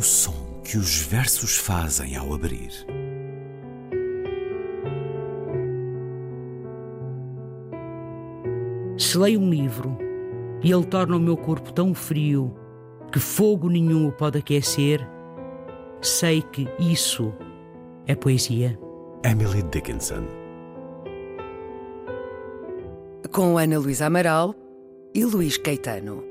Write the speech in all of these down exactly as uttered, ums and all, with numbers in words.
o som que os versos fazem ao abrir. Se leio um livro e ele torna o meu corpo tão frio que fogo nenhum o pode aquecer, sei que isso é poesia. Emily Dickinson. Com Ana Luísa Amaral e Luís Caetano.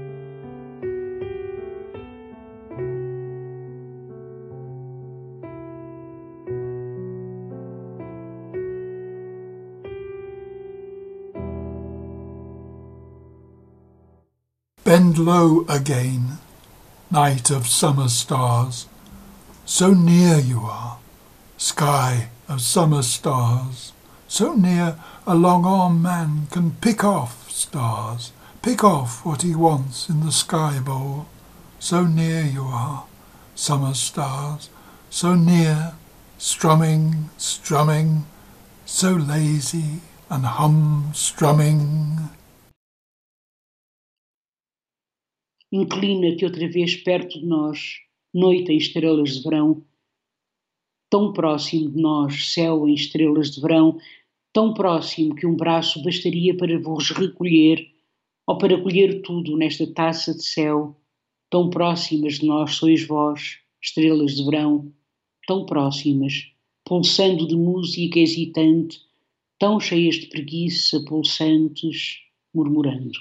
Bend low again, night of summer stars. So near you are, sky of summer stars. So near a long-armed man can pick off stars, pick off what he wants in the sky bowl. So near you are, summer stars. So near, strumming, strumming. So lazy and hum strumming. Inclina-te outra vez perto de nós, noite em estrelas de verão, tão próximo de nós, céu em estrelas de verão, tão próximo que um braço bastaria para vos recolher, ou para colher tudo nesta taça de céu, tão próximas de nós sois vós, estrelas de verão, tão próximas, pulsando de música hesitante, tão cheias de preguiça, pulsantes, murmurando.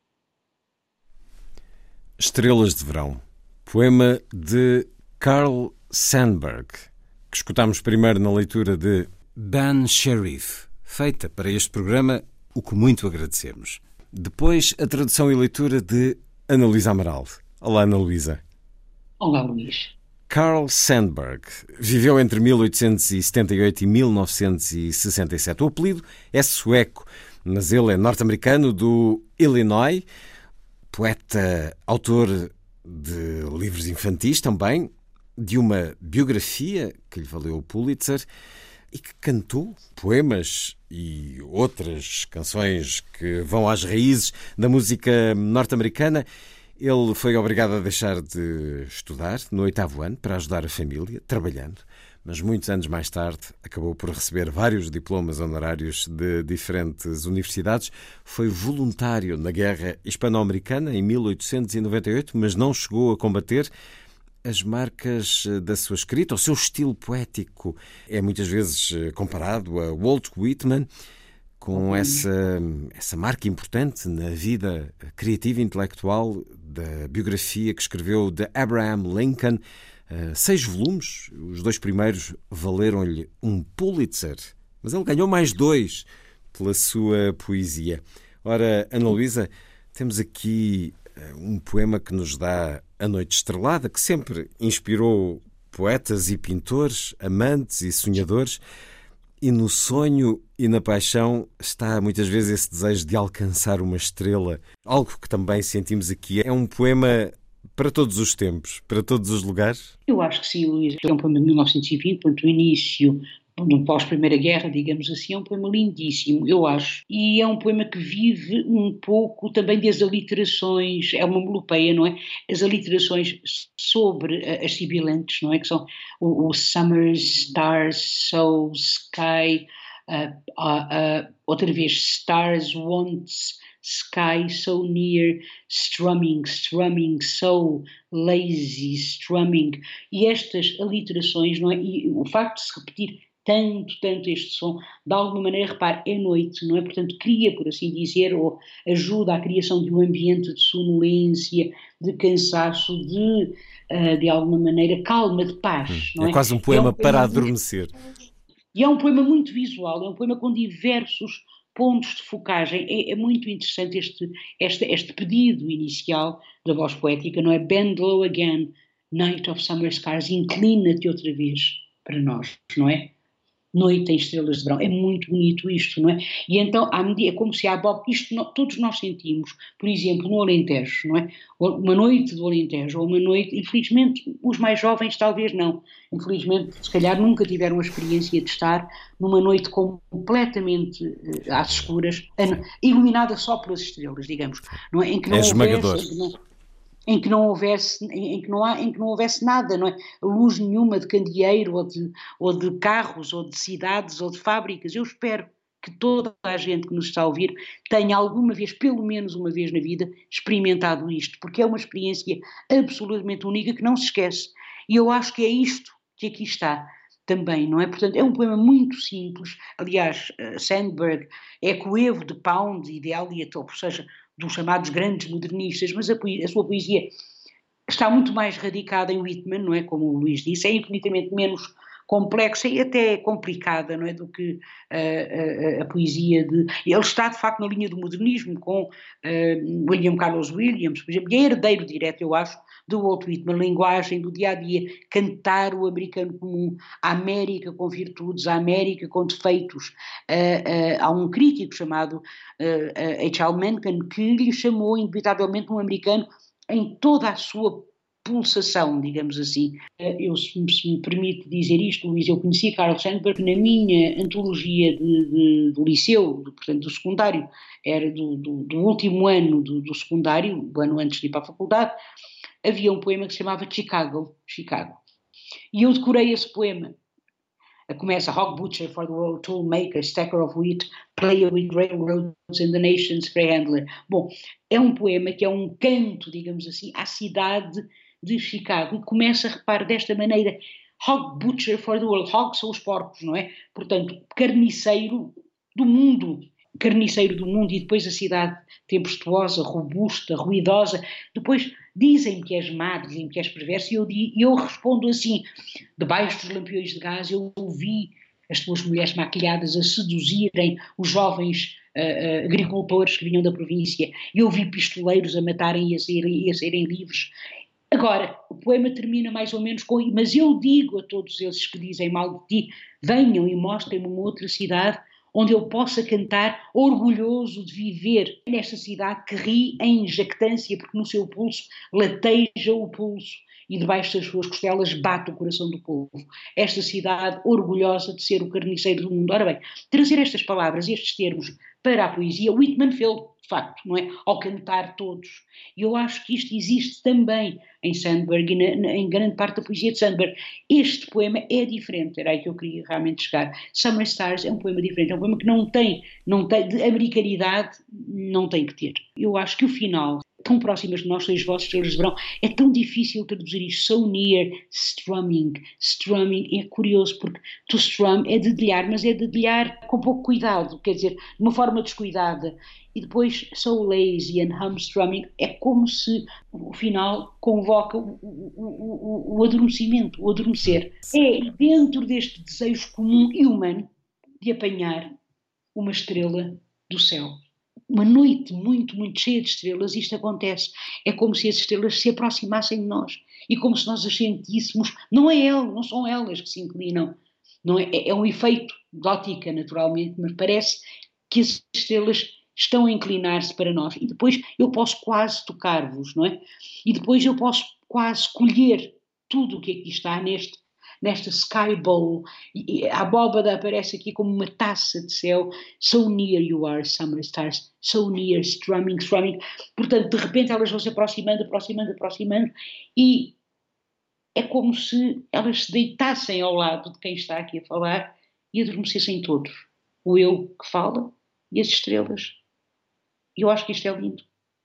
Estrelas de Verão, poema de Carl Sandburg, que escutámos primeiro na leitura de Ben Sherif, feita para este programa, o que muito agradecemos. Depois, a tradução e leitura de Ana Luísa Amaral. Olá, Ana Luísa. Olá, Luís. Carl Sandburg viveu entre mil oitocentos e setenta e oito e mil novecentos e sessenta e sete. O apelido é sueco, mas ele é norte-americano do Illinois, poeta, autor de livros infantis também, de uma biografia que lhe valeu o Pulitzer e que cantou poemas e outras canções que vão às raízes da música norte-americana. Ele foi obrigado a deixar de estudar no oitavo ano para ajudar a família, trabalhando, mas muitos anos mais tarde acabou por receber vários diplomas honorários de diferentes universidades. Foi voluntário na Guerra Hispano-Americana em mil oitocentos e noventa e oito, mas não chegou a combater. As marcas da sua escrita, o seu estilo poético, é muitas vezes comparado a Walt Whitman, com essa, essa marca importante na vida criativa e intelectual da biografia que escreveu de Abraham Lincoln. Uh, seis volumes, os dois primeiros valeram-lhe um Pulitzer, mas ele ganhou mais dois pela sua poesia. Ora, Ana Luísa, temos aqui uh, um poema que nos dá a noite estrelada, que sempre inspirou poetas e pintores, amantes e sonhadores, e no sonho e na paixão está muitas vezes esse desejo de alcançar uma estrela, algo que também sentimos aqui. É um poema para todos os tempos, para todos os lugares? Eu acho que sim, Luís. É um poema de mil novecentos e vinte, portanto, o início do pós-Primeira Guerra, digamos assim, é um poema lindíssimo, eu acho. E é um poema que vive um pouco também das aliterações, é uma melopeia, não é? As aliterações sobre as sibilantes, não é? Que são o, o Summer, Stars, Soul, Sky, uh, uh, uh, outra vez Stars, Wants, Sky so near, strumming, strumming, so lazy, strumming. E estas aliterações, não é? E o facto de se repetir tanto, tanto este som, de alguma maneira, repare, é noite, não é? Portanto, cria, por assim dizer, ou ajuda à criação de um ambiente de sonolência, de cansaço, de, uh, de alguma maneira, calma, de paz, hum, não é? É quase um poema, é um poema para muito, adormecer. E é um poema muito visual, é um poema com diversos pontos de focagem. É, é muito interessante este, este, este pedido inicial da voz poética, não é? Bend low again, night of summer skies, inclina-te outra vez para nós, não é? Noite em estrelas de verão. É muito bonito isto, não é? E então, à medida, é como se há isto no, todos nós sentimos, por exemplo, no Alentejo, não é? Uma noite do Alentejo, ou uma noite, infelizmente, os mais jovens talvez não, infelizmente, se calhar nunca tiveram a experiência de estar numa noite completamente uh, às escuras, iluminada só pelas estrelas, digamos, não é? Em que não é esmagador. Houvesse, não, em que não houvesse, em, em que não há, em que não houvesse nada, não é? Luz nenhuma de candeeiro, ou de, ou de carros, ou de cidades, ou de fábricas. Eu espero que toda a gente que nos está a ouvir tenha alguma vez, pelo menos uma vez na vida, experimentado isto, porque é uma experiência absolutamente única que não se esquece. E eu acho que é isto que aqui está também, não é? Portanto, é um poema muito simples. Aliás, Sandburg é coevo de Pound e de Eliot, ou seja, dos chamados grandes modernistas, mas a, a sua poesia está muito mais radicada em Whitman, não é? Como o Luís disse, é infinitamente menos complexa e até complicada, não é, do que uh, a, a poesia de... Ele está, de facto, na linha do modernismo, com uh, William Carlos Williams, por exemplo, e é herdeiro direto, eu acho, do Walt Whitman, a linguagem do dia-a-dia, cantar o americano comum, a América com virtudes, a América com defeitos. Uh, uh, há um crítico chamado uh, uh, H L Mencken que lhe chamou, indubitavelmente, um americano em toda a sua pulsação, digamos assim. Eu, se me, se me permite dizer isto, Luís, eu conheci Carl Sandburg na minha antologia de, de, do liceu, do, portanto do secundário, era do, do, do último ano do, do secundário, o ano antes de ir para a faculdade, havia um poema que se chamava Chicago, Chicago. E eu decorei esse poema. Começa: Hog butcher for the world, tool maker, stacker of wheat, player with railroads and the nation's grey handler. Bom, é um poema que é um canto, digamos assim, à cidade de Chicago, e começa, repare, desta maneira: Hog butcher for the world. Hog são os porcos, não é? Portanto, carniceiro do mundo, carniceiro do mundo, e depois a cidade tempestuosa, robusta, ruidosa. Depois dizem-me que és má, dizem-me que és perverso, e eu, eu respondo assim: debaixo dos lampiões de gás eu ouvi as tuas mulheres maquilhadas a seduzirem os jovens uh, uh, agricultores que vinham da província, e eu vi pistoleiros a matarem e a serem, e a serem livres. Agora, o poema termina mais ou menos com: mas eu digo a todos esses que dizem mal de ti, venham e mostrem-me uma outra cidade onde eu possa cantar orgulhoso de viver nesta cidade que ri em jactância, porque no seu pulso lateja o pulso e debaixo das suas costelas bate o coração do povo. Esta cidade orgulhosa de ser o carniceiro do mundo. Ora bem, trazer estas palavras, estes termos para a poesia, Whitman fez, de facto, não é? Ao cantar todos. E eu acho que isto existe também em Sandburg e na, na, em grande parte da poesia de Sandburg. Este poema é diferente, era aí que eu queria realmente chegar. Summer Stars é um poema diferente, é um poema que não tem, não tem, de americanidade não tem que ter. Eu acho que o final, tão próximas de nós, seis vozes, estrelas de verão, é tão difícil traduzir isto. So near, strumming. Strumming é curioso, porque to strum é dedilhar, mas é dedilhar com pouco cuidado, quer dizer, de uma forma descuidada. E depois, so lazy and humstrumming, é como se o final convoca o, o, o, o adormecimento, o adormecer. É dentro deste desejo comum e humano de apanhar uma estrela do céu. Uma noite muito, muito cheia de estrelas, isto acontece. É como se as estrelas se aproximassem de nós e como se nós as sentíssemos. Não é elas, não são elas que se inclinam. Não é, é um efeito de ótica, naturalmente, mas parece que as estrelas estão a inclinar-se para nós. E depois eu posso quase tocar-vos, não é? E depois eu posso quase colher tudo o que aqui está neste nesta sky bowl, e a abóbada aparece aqui como uma taça de céu. So near you are, summer stars, so near, strumming, strumming. Portanto, de repente elas vão se aproximando, aproximando, aproximando, e é como se elas se deitassem ao lado de quem está aqui a falar e adormecessem todos. O eu que fala e as estrelas. E eu acho que isto é lindo.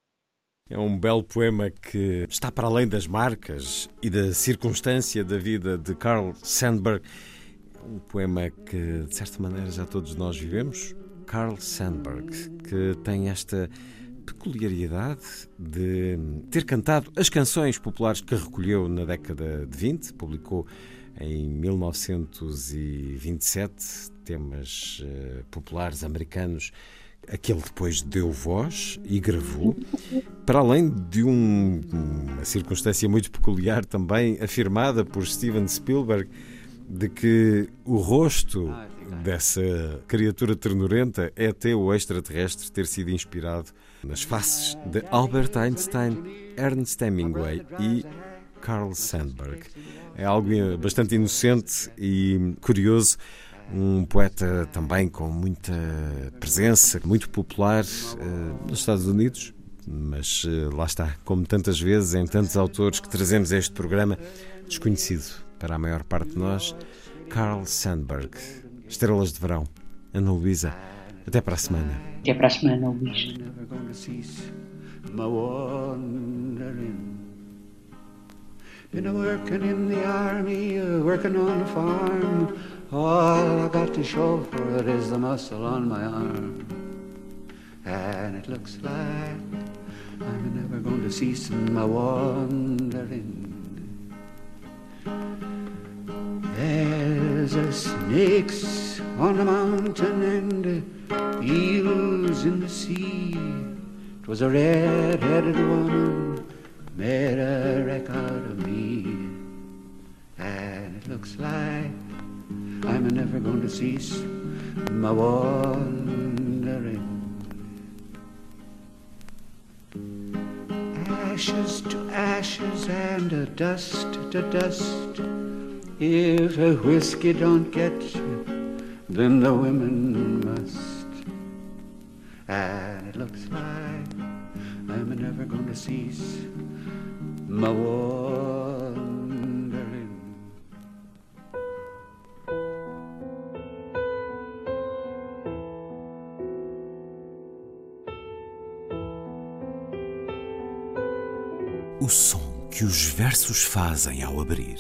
É um belo poema que está para além das marcas e da circunstância da vida de Carl Sandburg. Um poema que, de certa maneira, já todos nós vivemos. Carl Sandburg, que tem esta peculiaridade de ter cantado as canções populares que recolheu na década de vinte, publicou em mil novecentos e vinte e sete temas uh, populares americanos a que ele depois deu voz e gravou, para além de um, uma circunstância muito peculiar também afirmada por Steven Spielberg, de que o rosto dessa criatura ternurenta é até o extraterrestre ter sido inspirado nas faces de Albert Einstein, Ernest Hemingway e Carl Sandburg. É algo bastante inocente e curioso. Um poeta também com muita presença, muito popular uh, nos Estados Unidos, mas lá está, como tantas vezes em tantos autores que trazemos a este programa, desconhecido para a maior parte de nós, Carl Sandburg. Estrelas de Verão. Ana Luísa, até para a semana. Até para a semana, Luís. Been a working in the army, uh, working on a farm. All I got to show for it is the muscle on my arm. And it looks like I'm never going to cease my wandering. There's a snakes on the mountain and uh, eels in the sea. 'Twas a red-headed woman made a wreck out of me. And it looks like I'm never going to cease my wandering. Ashes to ashes and a dust to dust. If a whiskey don't get you, then the women must. And it looks like I'm never going to cease my wandering. O som que os versos fazem ao abrir.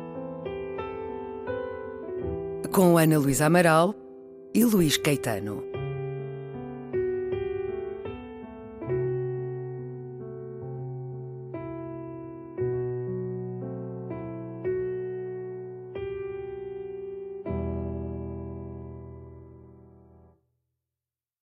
Com Ana Luísa Amaral e Luís Caetano.